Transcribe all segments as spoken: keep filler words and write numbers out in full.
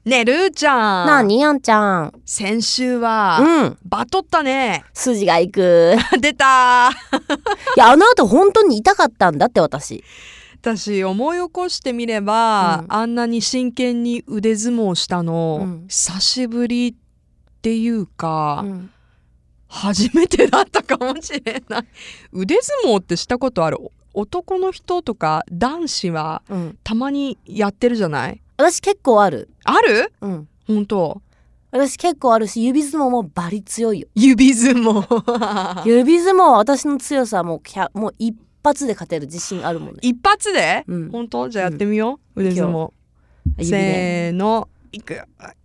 ねえルーちゃん。 なにやんちゃん。 先週は、 うん。 バトったね。 筋がいく。 出た。 いやあの後本当に痛かったんだって私。 私思い起こしてみれば、うん、あんなに真剣に腕相撲したの、うん、久しぶりっていうか、うん、初めてだったかもしれない。腕相撲ってしたことある？男の人とか男子は、うん、たまにやってるじゃない？ 私結構ある。 ある？ うん。 本当？ 私結構あるし、指相撲もバリ強いよ。 指相撲指相撲は私の強さはもう、もう一発で勝てる自信あるもんね。 一発で？ うん、 本当？じゃあやってみよう、うん、腕相撲。せーの、いく。あーあ、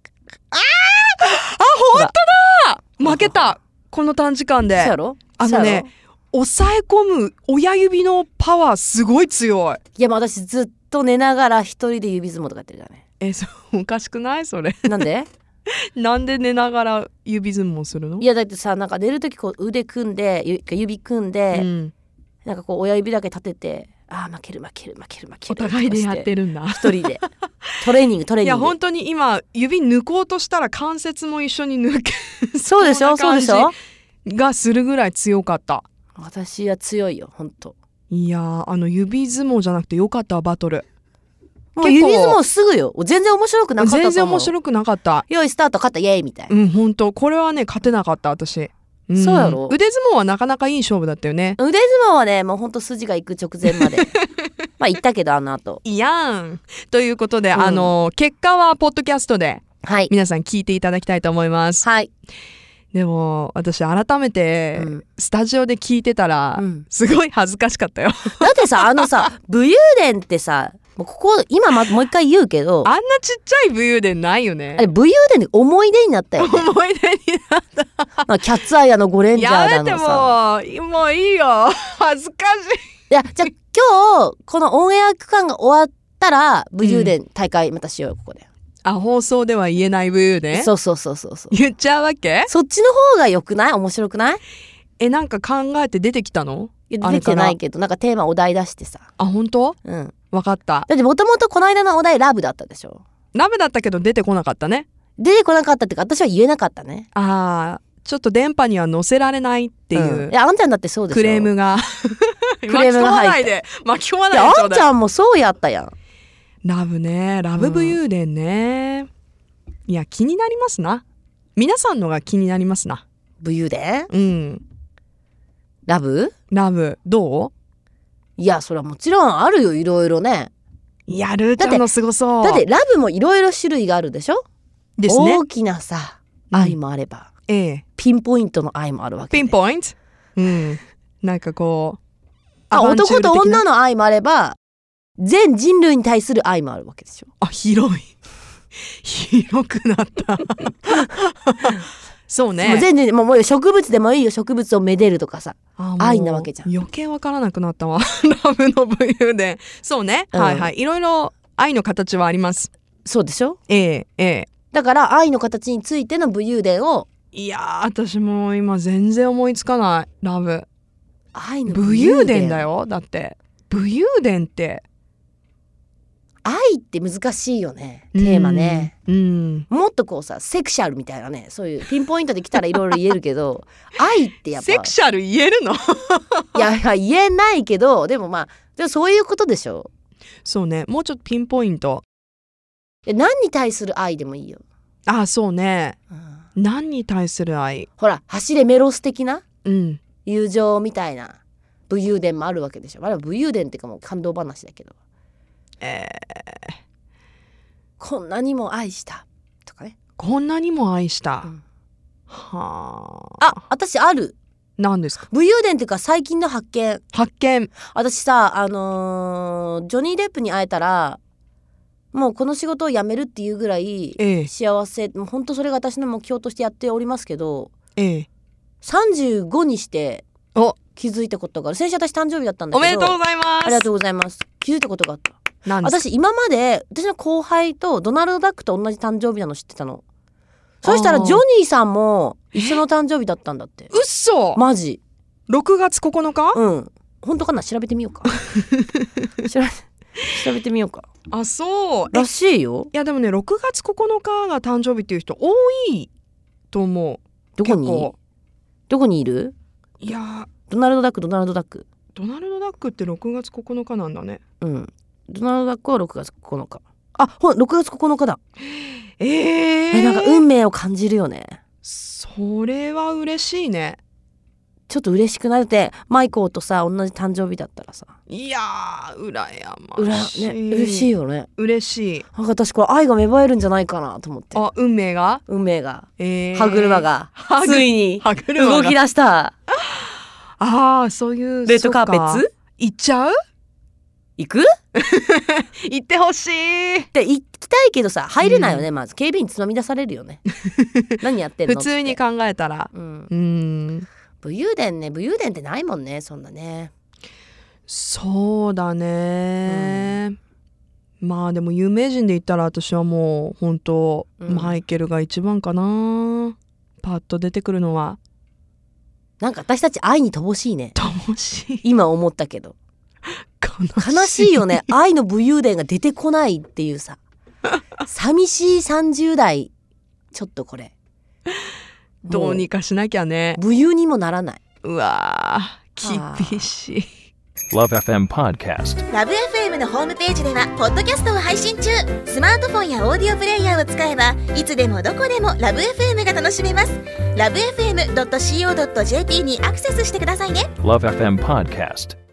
本当だ。負けた。この短時間で。 そうやろ？ あのね、抑え込む親指のパワーすごい強い。 いやもう私ずっと寝ながら一人で指相撲とかやってるじゃない。 え、そうおかしくないそれ？ なんで？ なんで寝ながら指相撲するの？ いやだってさ、なんか寝るときこう腕組んで指組んで、うん、なんかこう親指だけ立てて、あー負ける負ける負ける負ける、 お互いでやってるんだ。 一人でトレーニングトレーニング。 いや本当に今指抜こうとしたら関節も一緒に抜けそうでしょそうでしょがするぐらい強かった。 私は強いよ本当。 いやあの指相撲じゃなくてよかったバトル。 もう指相撲すぐよ。全然面白くなかったと思う。 全然面白くなかった。 用意スタート勝ったイエーイみたいな。 うん本当これはね勝てなかった私、うん、 そうやろ。 腕相撲はなかなかいい勝負だったよね。 腕相撲はねもうほんと筋がいく直前までまあ言ったけどあの後いやんということで、うん、あの結果はポッドキャストで皆さん聞いていただきたいと思います。 はい。 でも私改めてスタジオで聞いてたら、うん、すごい恥ずかしかったよだってさあのさ武勇伝ってさもうここ今まもう一回言うけどあんなちっちゃい武勇伝ないよね。 あれ武勇伝で思い出になったよ、ね、 思い出になったまあキャッツアイやのゴレンジャーだのさ。 やめてもうもういいよ恥ずかしい。 いやじゃあ今日このオンエア区間が終わったら武勇伝大会またしようよ、ここで。 あ、放送では言えない武勇伝？ そうそうそうそうそう。 言っちゃうわけ？ そっちの方がよくない？面白くない？ え、なんか考えて出てきたの？ いや出てきてないけどなんかテーマお題出してさ。 あ、本当？ うん。 わかった。 だってもともとこの間のお題ラブだったでしょ。 ラブだったけど出てこなかったね。 出てこなかったってか私は言えなかったね。 あーちょっと電波には載せられないっていう、 うん、いやあんちゃんだってそうでしょ。 クレームがクレームが入って巻き込まないで巻き込まないで。 いやあんちゃんもそうやったやん。 ラブね、ラブ武勇伝ね、うん、いや気になりますな。皆さんのが気になりますな。 武勇伝？ うんラブ？ ラブどう？ いやそれはもちろんあるよいろいろね。 いやルーちゃんのすごそう。 だってラブもいろいろ種類があるでしょ。 ですね。 大きなさ愛もあれば、 うん、ええ、 ピンポイントの愛もあるわけで。 ピンポイント、うん、なんかこうあ男と女の愛もあれば全人類に対する愛もあるわけでしょ。 あ広い広くなったそうね。 もう全然もうもう植物でもいいよ。植物をめでるとかさ愛なわけじゃん。 余計わからなくなったわラブの武勇伝。そうね、うん、はいはいいろいろ愛の形はあります。 そうでしょ。 ええええ。 だから愛の形についての武勇伝を。 いやー私も今全然思いつかない。ラブ愛の武勇伝だよ。だって武勇伝って愛って難しいよねテーマね、 うん、 もっとこうさセクシャルみたいなねそういうピンポイントで来たらいろいろ言えるけど愛ってやっぱセクシャル言えるのいやいや言えないけどでもまあでもそういうことでしょ。 そうねもうちょっとピンポイント。 何に対する愛でもいいよ。 あそうね、 うん、 何に対する愛。 ほら走れメロス的な、 うん、 友情みたいな武勇伝もあるわけでしょ。あれは武勇伝っていうかもう感動話だけど、 えー、 こんなにも愛したとかね。 こんなにも愛した、うん、はあ。 あ私ある。 何ですか？ 武勇伝っていうか最近の発見。 発見。 私さあのー、ジョニー・デップに会えたらもうこの仕事を辞めるっていうぐらい幸せ、ええ、もう本当それが私の目標としてやっておりますけど、 ええ、 さんじゅうごにして気づいたことがある。先週私誕生日だったんだけど。 おめでとうございます。 ありがとうございます。気づいたことがあった。 何ですか？ 私今まで私の後輩とドナルド・ダックと同じ誕生日なの知ってたの。そしたらジョニーさんも一緒の誕生日だったんだって。 うっそマジろくがつここのか。 うん本当かな調べてみようか調べ調べてみようか。 あ、そうらしいよ。 いやでもねろくがつここのかが誕生日っていう人多いと思う。 どこにどこにいる？ いやドナルドダックドナルドダックドナルドダックってろくがつここのかなんだね。 うん、ドナルドダックはろくがつここのか。あ、ほらろくがつここのかだ。 えー、 えなんか運命を感じるよね。 それは嬉しいね。 ちょっと嬉しくなって、マイコーとさ同じ誕生日だったらさ、 いやーうらやましい、 ね、嬉しいよね。 嬉しい。 なんか私これ愛が芽生えるんじゃないかなと思って。 あ、運命が運命が、 えー、 歯車がついに動き出した。 ああ、そういうレッドカーペッツ行っちゃう？ 行く？ 行ってほしいって行きたいけどさ入れないよね、うん、まず警備員につまみ出されるよね。何やってんの？ 普通に考えたら、うん、うん武勇伝ね、武勇伝ってないもんね、そんなね。 そうだね、うん、まあでも有名人で言ったら私はもう本当、うん、マイケルが一番かな。パッと出てくるのは。 なんか私たち愛に乏しいね。 乏しい。 今思ったけど悲しい、 悲しいよね。愛の武勇伝が出てこないっていうさ寂しいさんじゅう代。ちょっとこれどうにかしなきゃね。 武勇にもならない。 うわー厳しい。 ラブ エフエム Podcast。 ラブ エフエム のホームページではポッドキャストを配信中。スマートフォンやオーディオプレイヤーを使えばいつでもどこでもラブ エフエム が楽しめます。ラブ エフエムドットシーオードットジェーピー にアクセスしてくださいね。 ラブ エフエム Podcast。